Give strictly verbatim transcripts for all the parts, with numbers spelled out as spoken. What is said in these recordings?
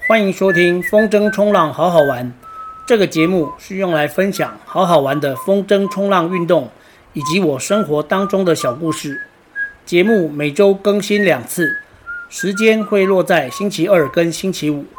欢迎收听风筝冲浪好好玩。这个节目是用来分享好好玩的风筝冲浪运动，以及我生活当中的小故事。节目每周更新两次，时间会落在星期二跟星期五。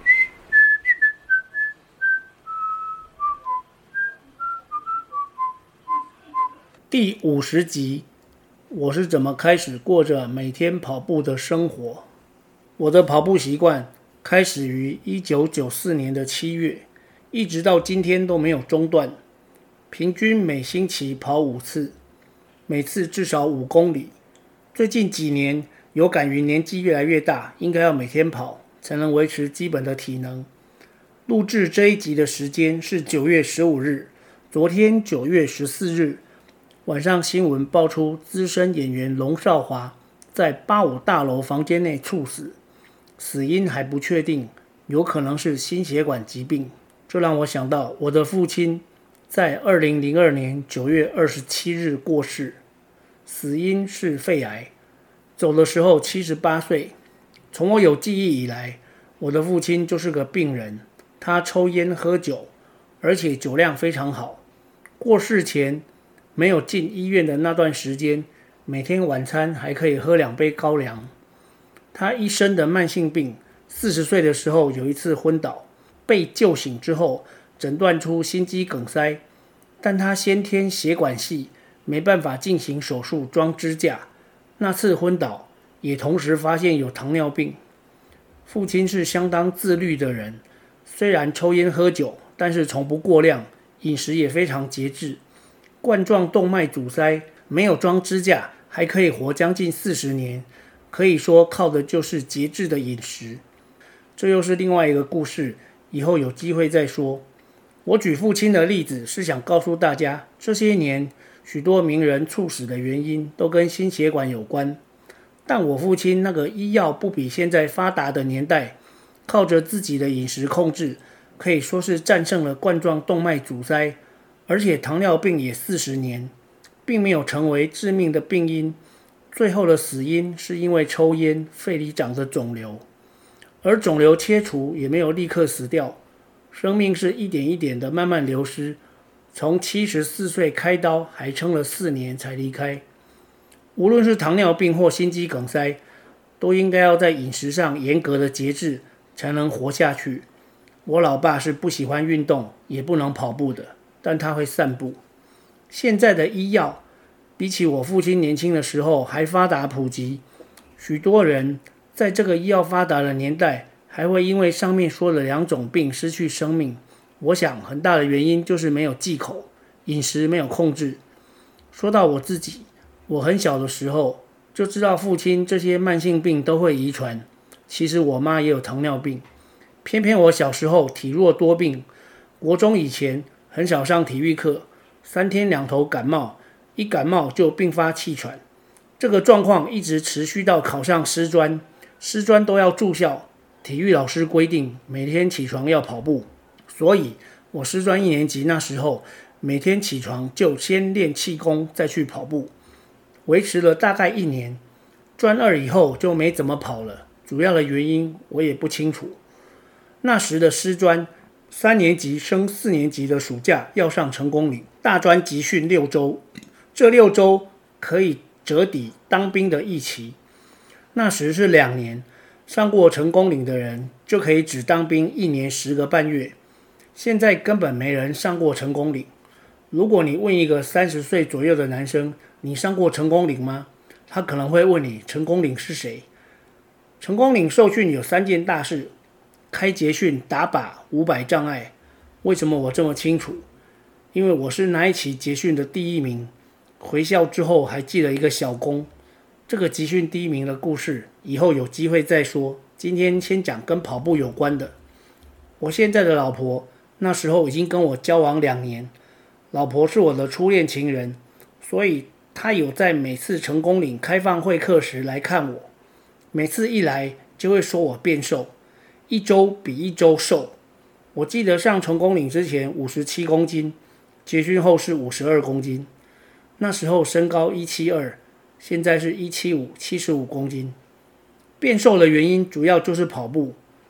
第五十集，我是怎么开始过着每天跑步的生活。我的跑步习惯开始于一九九四年的七月，一直到今天都没有中断，平均每星期跑五次，每次至少五公里。最近几年有感于年纪越来越大，应该要每天跑，才能维持基本的体能。录制这一集的时间是九月十五日，昨天九月十四日晚上新闻爆出资深演员龙少华在八五大楼房间内猝死，死因还不确定，有可能是心血管疾病。这让我想到我的父亲在二零零二年九月二十七日过世，死因是肺癌，走的时候七十八岁。从我有记忆以来，我的父亲就是个病人，他抽烟喝酒，而且酒量非常好。过世前没有进医院的那段时间，每天晚餐还可以喝两杯高粱。他一生的慢性病，四十岁的时候有一次昏倒，被救醒之后诊断出心肌梗塞，但他先天血管细，没办法进行手术装支架。那次昏倒也同时发现有糖尿病。父亲是相当自律的人，虽然抽烟喝酒，但是从不过量，饮食也非常节制。冠状动脉阻塞，没有装支架，还可以活将近四十年，可以说靠的就是节制的饮食。这又是另外一个故事，以后有机会再说。我举父亲的例子是想告诉大家，这些年许多名人猝死的原因都跟心血管有关，但我父亲那个医药不比现在发达的年代，靠着自己的饮食控制，可以说是战胜了冠状动脉阻塞，而且糖尿病也四十年，并没有成为致命的病因。最后的死因是因为抽烟，肺里长着肿瘤，而肿瘤切除也没有立刻死掉，生命是一点一点的慢慢流失，从七十四岁开刀还撑了四年才离开。无论是糖尿病或心肌梗塞，都应该要在饮食上严格的节制，才能活下去。我老爸是不喜欢运动，也不能跑步的，但他会散步。现在的医药比起我父亲年轻的时候还发达普及，许多人在这个医药发达的年代，还会因为上面说的两种病失去生命。我想很大的原因就是没有忌口，饮食没有控制。说到我自己，我很小的时候就知道父亲这些慢性病都会遗传，其实我妈也有糖尿病，偏偏我小时候体弱多病，国中以前很少上体育课，三天两头感冒，一感冒就并发气喘。这个状况一直持续到考上师专，师专都要住校，体育老师规定每天起床要跑步，所以我师专一年级那时候，每天起床就先练气功，再去跑步，维持了大概一年。专二以后就没怎么跑了，主要的原因我也不清楚。那时的师专三年级升四年级的暑假要上成功岭，大专集训六周，这六周可以折抵当兵的役期。那时是两年，上过成功岭的人就可以只当兵一年十个半月。现在根本没人上过成功岭。如果你问一个三十岁左右的男生，你上过成功岭吗？他可能会问你成功岭是谁。成功岭受训有三件大事：开捷训、打靶、五百障碍。为什么我这么清楚？因为我是那一期捷训的第一名，回校之后还记了一个小功。这个集训第一名的故事以后有机会再说，今天先讲跟跑步有关的。我现在的老婆那时候已经跟我交往两年，老婆是我的初恋情人，所以她有在每次成功岭开放会课时来看我，每次一来就会说我变瘦，一周比一周瘦。我记得上成功岭之前五十七公斤，结训后是五十二公斤，那时候身高一七二，现在是一七五，七十五公斤。变瘦的原因主要就是跑步，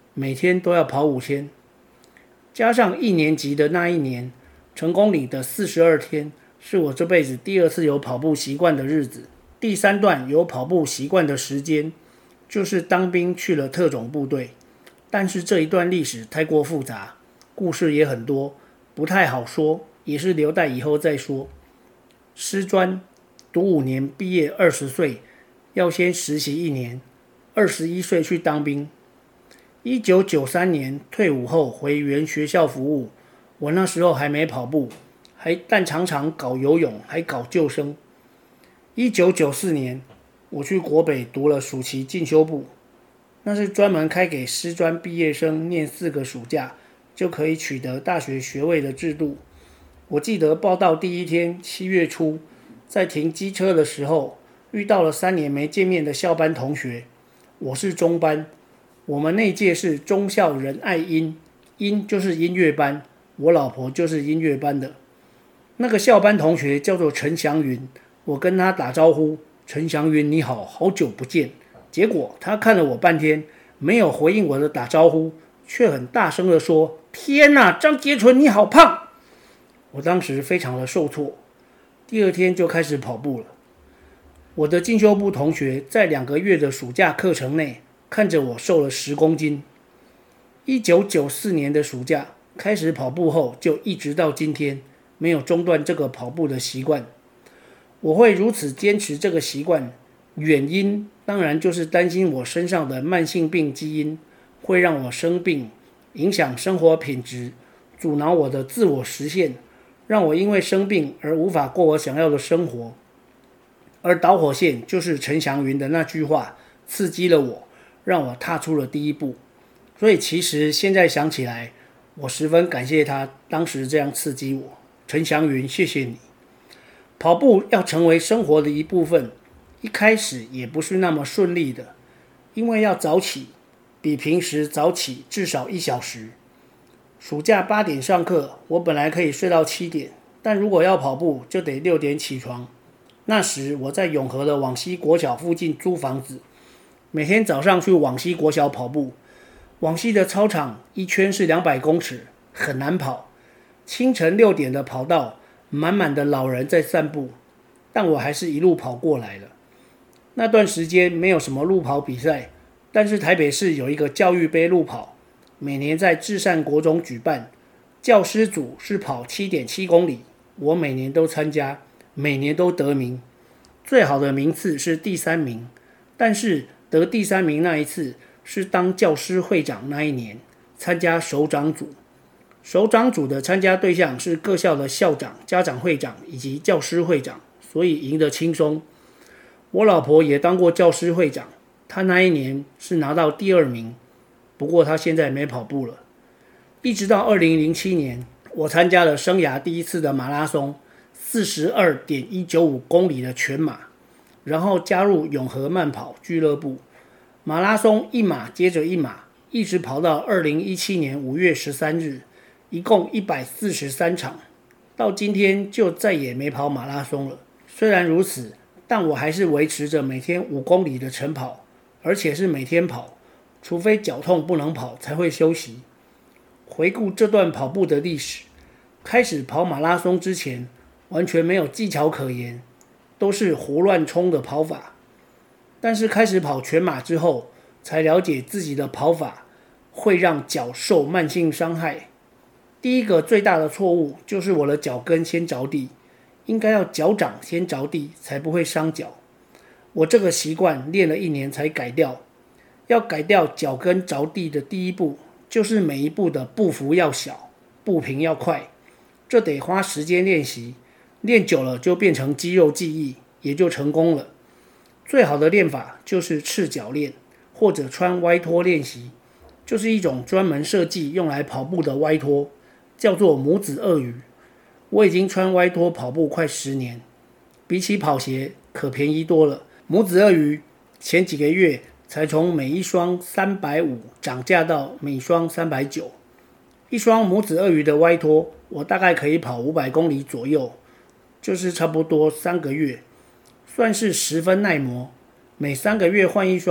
每天都要跑五千，加上一年级的那一年，成功里的四十二天，是我这辈子第二次有跑步习惯的日子。第三段有跑步习惯的时间，就是当兵去了特种部队。但是这一段历史太过复杂，故事也很多，不太好说，也是留待以后再说。师专读五年，毕业二十岁，要先实习一年，二十一岁去当兵。一九九三年退伍后回原学校服务，我那时候还没跑步，还但常常搞游泳，还搞救生。一九九四年，我去国北读了暑期进修部，那是专门开给师专毕业生念四个暑假就可以取得大学学位的制度。我记得报到第一天，七月初，在停机车的时候，遇到了三年没见面的校班同学。我是中班，我们那届是中校仁爱音，音就是音乐班，我老婆就是音乐班的。那个校班同学叫做陈祥云，我跟他打招呼，陈祥云你好，好久不见。结果他看了我半天，没有回应我的打招呼，却很大声地说：天哪，张杰纯你好胖！我当时非常的受挫，第二天就开始跑步了。我的进修部同学在两个月的暑假课程内，看着我瘦了十公斤。一九九四年的暑假开始跑步后，就一直到今天，没有中断这个跑步的习惯。我会如此坚持这个习惯，原因当然就是担心我身上的慢性病基因会让我生病，影响生活品质，阻挠我的自我实现，让我因为生病而无法过我想要的生活。而导火线就是陈祥云的那句话，刺激了我，让我踏出了第一步。所以其实现在想起来，我十分感谢他当时这样刺激我。陈祥云，谢谢你。跑步要成为生活的一部分，一开始也不是那么顺利的，因为要早起，比平时早起至少一小时。暑假八点上课，我本来可以睡到七点，但如果要跑步，就得六点起床。那时我在永和的往西国小附近租房子，每天早上去往西国小跑步。往西的操场一圈是两百公尺，很难跑。清晨六点的跑道，满满的老人在散步，但我还是一路跑过来了。那段时间没有什么路跑比赛，但是台北市有一个教育杯路跑，每年在至善国中举办，教师组是跑 七点七公里，我每年都参加，每年都得名，最好的名次是第三名，但是得第三名那一次是当教师会长那一年，参加首长组。首长组的参加对象是各校的校长、家长会长以及教师会长，所以赢得轻松。我老婆也当过教师会长，她那一年是拿到第二名，不过她现在没跑步了。一直到二零零七年，我参加了生涯第一次的马拉松，四十二点一九五公里的全马，然后加入永和慢跑俱乐部，马拉松一马接着一马，一直跑到二零一七年五月十三日，一共一百四十三场，到今天就再也没跑马拉松了。虽然如此，但我还是维持着每天五公里的晨跑，而且是每天跑，除非脚痛不能跑才会休息。回顾这段跑步的历史，开始跑马拉松之前，完全没有技巧可言，都是胡乱冲的跑法。但是开始跑全马之后，才了解自己的跑法会让脚受慢性伤害。第一个最大的错误就是我的脚跟先着地，应该要脚掌先着地，才不会伤脚。我这个习惯练了一年才改掉。要改掉脚跟着地的第一步，就是每一步的步幅要小，步频要快。这得花时间练习，练久了就变成肌肉记忆，也就成功了。最好的练法就是赤脚练，或者穿歪拖练习，就是一种专门设计用来跑步的歪拖，叫做母子鳄鱼。我已经穿歪拖跑步快十年，比起跑鞋可便宜多了。母子鳄鱼前几个月才从每一双三百五十涨价到每双三百九十，一双母子鳄鱼的歪拖，我大概可以跑五百公里左右，就是差不多三个月，算是十分耐磨。每三个月换一双，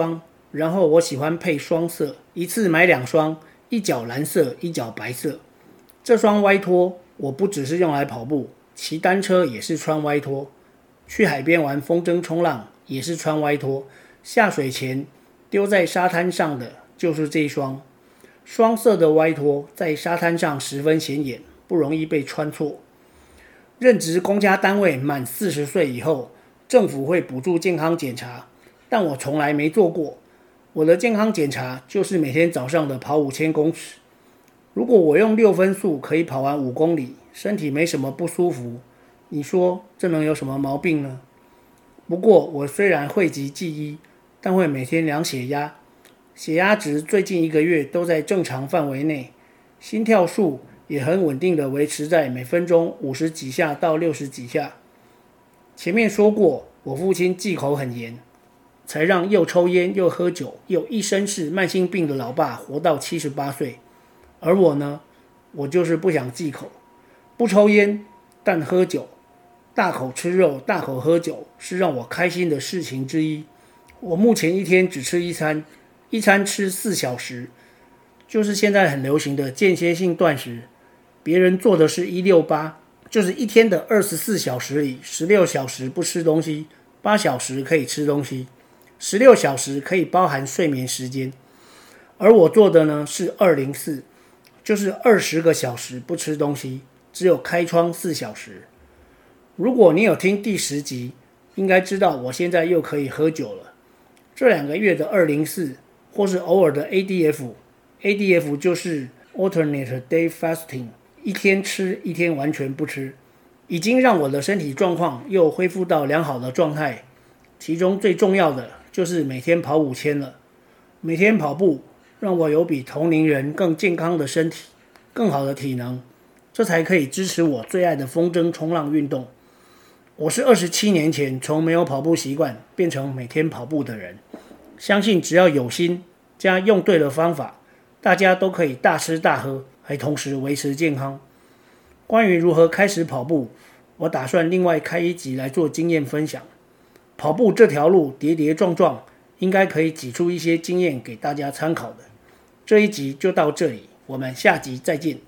然后我喜欢配双色，一次买两双，一脚蓝色，一脚白色。这双歪拖我不只是用来跑步，骑单车也是穿歪拖，去海边玩风筝冲浪也是穿歪拖，下水前丢在沙滩上的就是这一双。双色的歪拖在沙滩上十分显眼，不容易被穿错。任职公家单位满四十岁以后，政府会补助健康检查，但我从来没做过。我的健康检查就是每天早上的跑五千公尺。如果我用六分速可以跑完五公里，身体没什么不舒服，你说这能有什么毛病呢？不过我虽然讳疾忌医，但会每天量血压，血压值最近一个月都在正常范围内，心跳数也很稳定的维持在每分钟五十几下到六十几下。前面说过，我父亲忌口很严，才让又抽烟又喝酒又一身是慢性病的老爸活到七十八岁。而我呢，我就是不想忌口，不抽烟，但喝酒，大口吃肉，大口喝酒是让我开心的事情之一。我目前一天只吃一餐，一餐吃四小时，就是现在很流行的间歇性断食。别人做的是一六八，就是一天的二十四小时里，十六小时不吃东西，八小时可以吃东西，十六小时可以包含睡眠时间。而我做的呢是二零四，就是二十个小时不吃东西，只有开窗四小时。如果你有听第十集，应该知道我现在又可以喝酒了。这两个月的二零四，或是偶尔的 A D F，A D F 就是 Alternate Day Fasting， 一天吃一天完全不吃，已经让我的身体状况又恢复到良好的状态。其中最重要的就是每天跑五千了。每天跑步让我有比同龄人更健康的身体，更好的体能，这才可以支持我最爱的风筝冲浪运动。我是二十七年前从没有跑步习惯变成每天跑步的人，相信只要有心加用对了方法，大家都可以大吃大喝，还同时维持健康。关于如何开始跑步，我打算另外开一集来做经验分享。跑步这条路跌跌撞撞，应该可以挤出一些经验给大家参考的。这一集就到这里，我们下集再见。